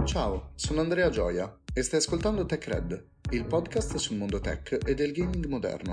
Ciao, sono Andrea Gioia e stai ascoltando TechRed, il podcast sul mondo tech e del gaming moderno.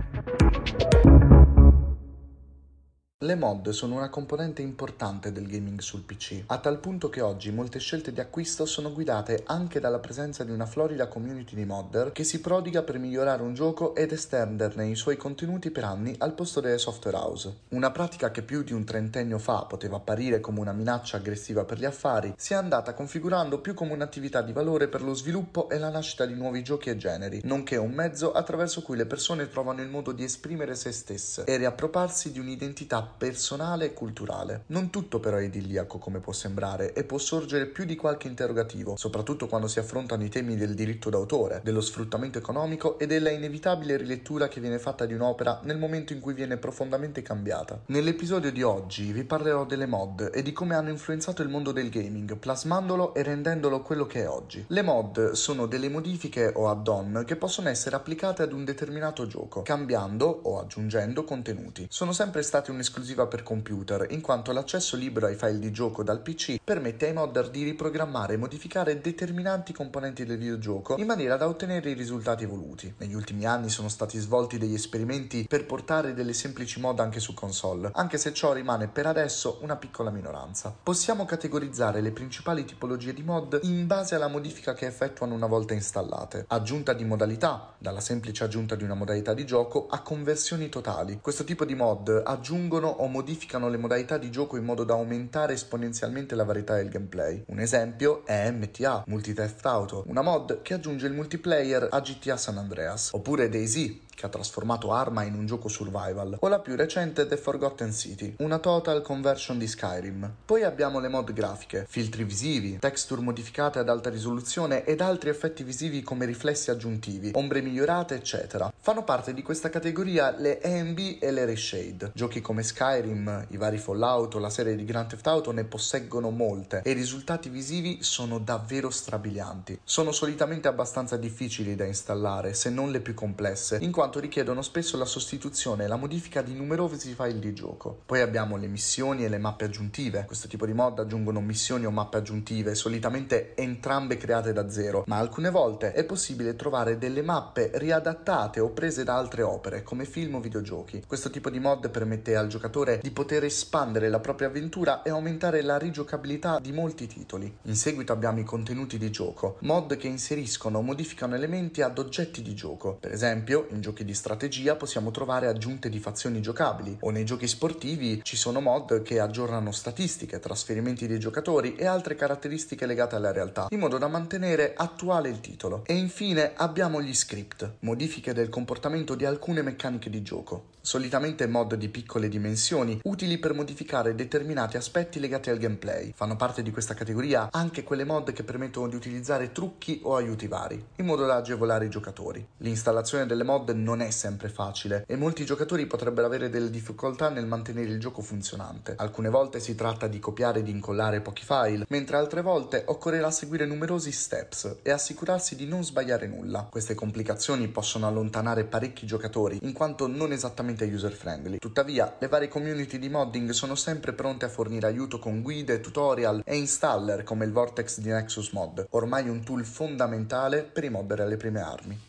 Le mod sono una componente importante del gaming sul PC, a tal punto che oggi molte scelte di acquisto sono guidate anche dalla presenza di una florida community di modder che si prodiga per migliorare un gioco ed estenderne i suoi contenuti per anni al posto delle software house. Una pratica che più di un trentennio fa poteva apparire come una minaccia aggressiva per gli affari, si è andata configurando più come un'attività di valore per lo sviluppo e la nascita di nuovi giochi e generi, nonché un mezzo attraverso cui le persone trovano il modo di esprimere se stesse e riappropriarsi di un'identità personale e culturale. Non tutto però è idilliaco come può sembrare e può sorgere più di qualche interrogativo, soprattutto quando si affrontano i temi del diritto d'autore, dello sfruttamento economico e della inevitabile rilettura che viene fatta di un'opera nel momento in cui viene profondamente cambiata. Nell'episodio di oggi vi parlerò delle mod e di come hanno influenzato il mondo del gaming, plasmandolo e rendendolo quello che è oggi. Le mod sono delle modifiche o add-on che possono essere applicate ad un determinato gioco, cambiando o aggiungendo contenuti. Sono sempre state un'esclusiva per computer, in quanto l'accesso libero ai file di gioco dal PC permette ai modder di riprogrammare e modificare determinanti componenti del videogioco in maniera da ottenere i risultati voluti. Negli ultimi anni sono stati svolti degli esperimenti per portare delle semplici mod anche su console, anche se ciò rimane per adesso una piccola minoranza. Possiamo categorizzare le principali tipologie di mod in base alla modifica che effettuano una volta installate. Aggiunta di modalità, dalla semplice aggiunta di una modalità di gioco a conversioni totali. Questo tipo di mod aggiungono o modificano le modalità di gioco in modo da aumentare esponenzialmente la varietà del gameplay. Un esempio è MTA, Multi Theft Auto, una mod che aggiunge il multiplayer a GTA San Andreas, oppure DayZ, che ha trasformato Arma in un gioco survival, o la più recente The Forgotten City, una total conversion di Skyrim. Poi abbiamo le mod grafiche, filtri visivi, texture modificate ad alta risoluzione ed altri effetti visivi come riflessi aggiuntivi, ombre migliorate, eccetera. Fanno parte di questa categoria le AMB e le Reshade. Giochi come Skyrim, i vari Fallout o la serie di Grand Theft Auto ne posseggono molte e i risultati visivi sono davvero strabilianti. Sono solitamente abbastanza difficili da installare, se non le più complesse, in quanto richiedono spesso la sostituzione e la modifica di numerosi file di gioco. Poi abbiamo le missioni e le mappe aggiuntive. Questo tipo di mod aggiungono missioni o mappe aggiuntive, solitamente entrambe create da zero, ma alcune volte è possibile trovare delle mappe riadattate o prese da altre opere, come film o videogiochi. Questo tipo di mod permette al giocatore di poter espandere la propria avventura e aumentare la rigiocabilità di molti titoli. In seguito abbiamo i contenuti di gioco, mod che inseriscono o modificano elementi ad oggetti di gioco. Per esempio, in giochi di strategia possiamo trovare aggiunte di fazioni giocabili, o nei giochi sportivi ci sono mod che aggiornano statistiche, trasferimenti dei giocatori e altre caratteristiche legate alla realtà, in modo da mantenere attuale il titolo. E infine abbiamo gli script, modifiche del comportamento di alcune meccaniche di gioco, solitamente mod di piccole dimensioni, utili per modificare determinati aspetti legati al gameplay. Fanno parte di questa categoria anche quelle mod che permettono di utilizzare trucchi o aiuti vari, in modo da agevolare i giocatori. L'installazione delle mod non è sempre facile e molti giocatori potrebbero avere delle difficoltà nel mantenere il gioco funzionante. Alcune volte si tratta di copiare ed incollare pochi file, mentre altre volte occorrerà seguire numerosi steps e assicurarsi di non sbagliare nulla. Queste complicazioni possono allontanare parecchi giocatori, in quanto non esattamente user friendly. Tuttavia, le varie community di modding sono sempre pronte a fornire aiuto con guide, tutorial e installer come il Vortex di Nexus Mod, ormai un tool fondamentale per i modder alle prime armi.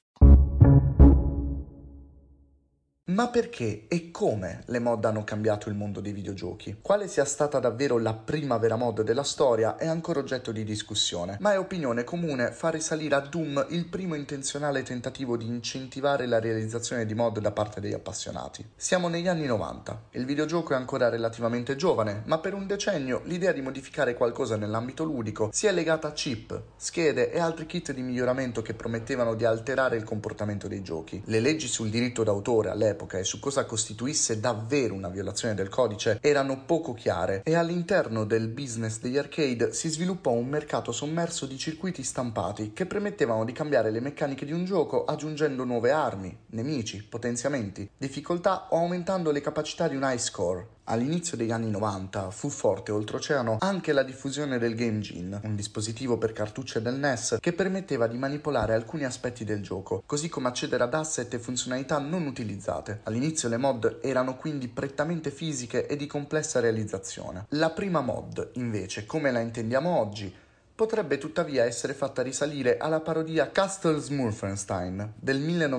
Ma perché e come le mod hanno cambiato il mondo dei videogiochi? Quale sia stata davvero la prima vera mod della storia è ancora oggetto di discussione, ma è opinione comune far risalire a Doom il primo intenzionale tentativo di incentivare la realizzazione di mod da parte degli appassionati. Siamo negli anni 90, il videogioco è ancora relativamente giovane, ma per un decennio l'idea di modificare qualcosa nell'ambito ludico si è legata a chip, schede e altri kit di miglioramento che promettevano di alterare il comportamento dei giochi. Le leggi sul diritto d'autore all'epoca e su cosa costituisse davvero una violazione del codice erano poco chiare e all'interno del business degli arcade si sviluppò un mercato sommerso di circuiti stampati che permettevano di cambiare le meccaniche di un gioco aggiungendo nuove armi, nemici, potenziamenti, difficoltà o aumentando le capacità di un high score. All'inizio degli anni 90 fu forte oltreoceano anche la diffusione del Game Gin, un dispositivo per cartucce del NES che permetteva di manipolare alcuni aspetti del gioco, così come accedere ad asset e funzionalità non utilizzate. All'inizio le mod erano quindi prettamente fisiche e di complessa realizzazione. La prima mod, invece, come la intendiamo oggi, potrebbe tuttavia essere fatta risalire alla parodia Castle Smurfenstein del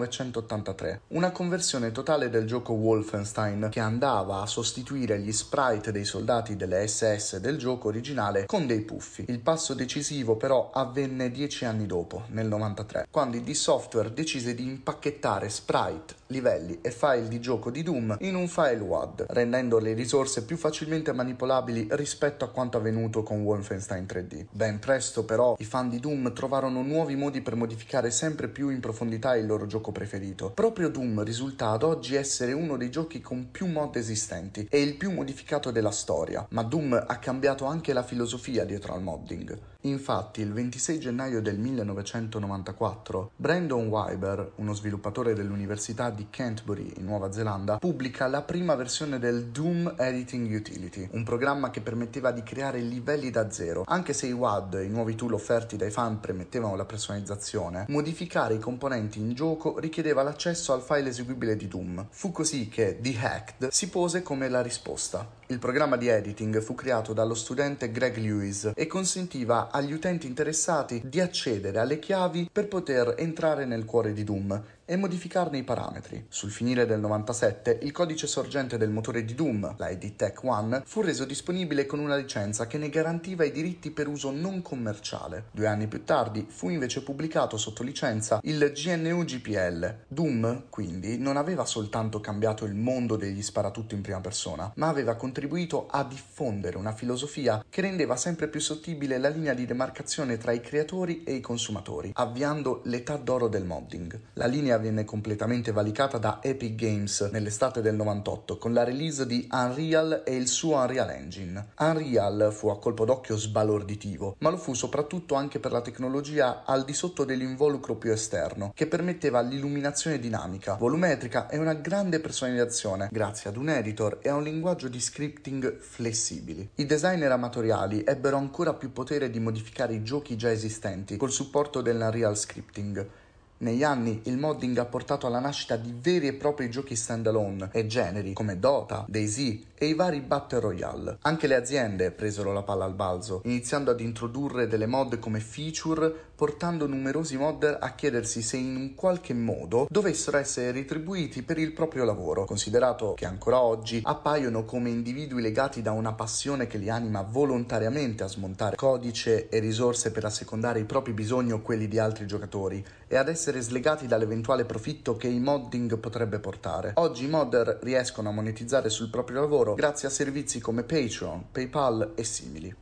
1983, una conversione totale del gioco Wolfenstein che andava a sostituire gli sprite dei soldati delle SS del gioco originale con dei puffi. Il passo decisivo però avvenne 10 anni dopo, nel 93, quando id Software decise di impacchettare sprite, livelli e file di gioco di Doom in un file WAD, rendendo le risorse più facilmente manipolabili rispetto a quanto avvenuto con Wolfenstein 3D. Ben presto però i fan di Doom trovarono nuovi modi per modificare sempre più in profondità il loro gioco preferito. Proprio Doom risulta ad oggi essere uno dei giochi con più mod esistenti e il più modificato della storia, ma Doom ha cambiato anche la filosofia dietro al modding. Infatti, il 26 gennaio del 1994, Brandon Wyber, uno sviluppatore dell'Università di Canterbury in Nuova Zelanda, pubblica la prima versione del Doom Editing Utility, un programma che permetteva di creare livelli da zero. Anche se i WAD, i nuovi tool offerti dai fan, permettevano la personalizzazione, modificare i componenti in gioco richiedeva l'accesso al file eseguibile di Doom. Fu così che The Hacked si pose come la risposta. Il programma di editing fu creato dallo studente Greg Lewis e consentiva agli utenti interessati di accedere alle chiavi per poter entrare nel cuore di Doom e modificarne i parametri. Sul finire del 97, il codice sorgente del motore di Doom, la ID Tech 1, fu reso disponibile con una licenza che ne garantiva i diritti per uso non commerciale. 2 anni più tardi fu invece pubblicato sotto licenza il GNU GPL. Doom, quindi, non aveva soltanto cambiato il mondo degli sparatutto in prima persona, ma aveva contribuito a diffondere una filosofia che rendeva sempre più sottile la linea di demarcazione tra i creatori e i consumatori, avviando l'età d'oro del modding. La linea venne completamente valicata da Epic Games nell'estate del 98 con la release di Unreal e il suo Unreal Engine. Unreal fu a colpo d'occhio sbalorditivo, ma lo fu soprattutto anche per la tecnologia al di sotto dell'involucro più esterno, che permetteva l'illuminazione dinamica, volumetrica e una grande personalizzazione, grazie ad un editor e a un linguaggio di scripting flessibili. I designer amatoriali ebbero ancora più potere di modificare i giochi già esistenti col supporto dell'Unreal Scripting. Negli anni il modding ha portato alla nascita di veri e propri giochi standalone e generi come Dota, DayZ e i vari Battle Royale. Anche le aziende presero la palla al balzo, iniziando ad introdurre delle mod come feature, portando numerosi modder a chiedersi se in un qualche modo dovessero essere retribuiti per il proprio lavoro, considerato che ancora oggi appaiono come individui legati da una passione che li anima volontariamente a smontare codice e risorse per assecondare i propri bisogni o quelli di altri giocatori e ad essere slegati dall'eventuale profitto che il modding potrebbe portare. Oggi i modder riescono a monetizzare sul proprio lavoro grazie a servizi come Patreon, PayPal e simili.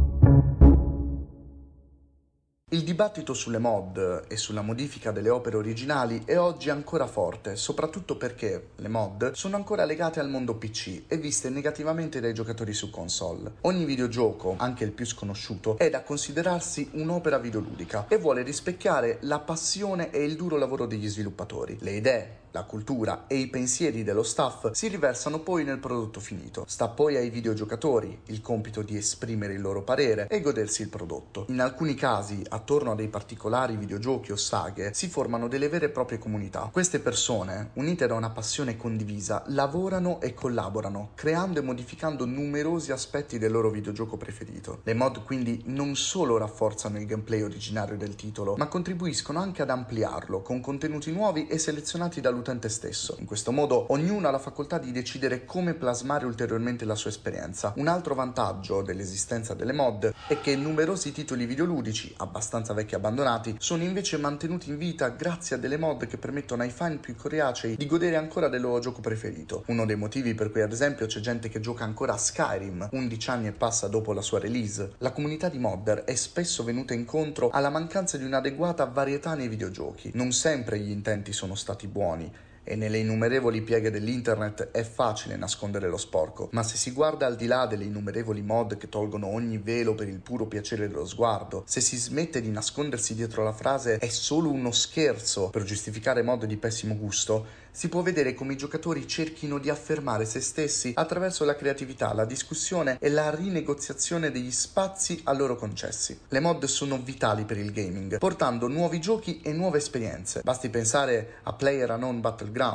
Il dibattito sulle mod e sulla modifica delle opere originali è oggi ancora forte, soprattutto perché le mod sono ancora legate al mondo PC e viste negativamente dai giocatori su console. Ogni videogioco, anche il più sconosciuto, è da considerarsi un'opera videoludica e vuole rispecchiare la passione e il duro lavoro degli sviluppatori. Le idee, la cultura e i pensieri dello staff si riversano poi nel prodotto finito. Sta poi ai videogiocatori il compito di esprimere il loro parere e godersi il prodotto. In alcuni casi, attorno a dei particolari videogiochi o saghe, si formano delle vere e proprie comunità. Queste persone, unite da una passione condivisa, lavorano e collaborano, creando e modificando numerosi aspetti del loro videogioco preferito. Le mod quindi non solo rafforzano il gameplay originario del titolo, ma contribuiscono anche ad ampliarlo, con contenuti nuovi e selezionati dall'utente stesso. In questo modo ognuno ha la facoltà di decidere come plasmare ulteriormente la sua esperienza. Un altro vantaggio dell'esistenza delle mod è che numerosi titoli videoludici, abbastanza vecchi e abbandonati, sono invece mantenuti in vita grazie a delle mod che permettono ai fan più coriacei di godere ancora del loro gioco preferito. Uno dei motivi per cui ad esempio c'è gente che gioca ancora a Skyrim 11 anni e passa dopo la sua release. La comunità di modder è spesso venuta incontro alla mancanza di un'adeguata varietà nei videogiochi. Non sempre gli intenti sono stati buoni e nelle innumerevoli pieghe dell'internet è facile nascondere lo sporco, ma se si guarda al di là delle innumerevoli mod che tolgono ogni velo per il puro piacere dello sguardo, se si smette di nascondersi dietro la frase "è solo uno scherzo" per giustificare mod di pessimo gusto, si può vedere come i giocatori cerchino di affermare se stessi attraverso la creatività, la discussione e la rinegoziazione degli spazi a loro concessi. Le mod sono vitali per il gaming, portando nuovi giochi e nuove esperienze. Basti pensare a PlayerUnknown's Battlegrounds,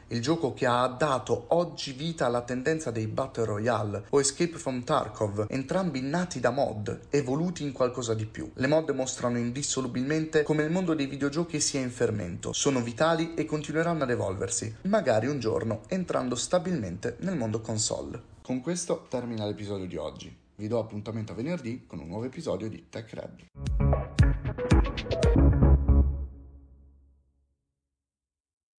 il gioco che ha dato oggi vita alla tendenza dei Battle Royale, o Escape from Tarkov, entrambi nati da mod, evoluti in qualcosa di più. Le mod mostrano indissolubilmente come il mondo dei videogiochi sia in fermento, sono vitali e continueranno ad evolversi, magari un giorno entrando stabilmente nel mondo console. Con questo termina l'episodio di oggi. Vi do appuntamento a venerdì con un nuovo episodio di TechRed.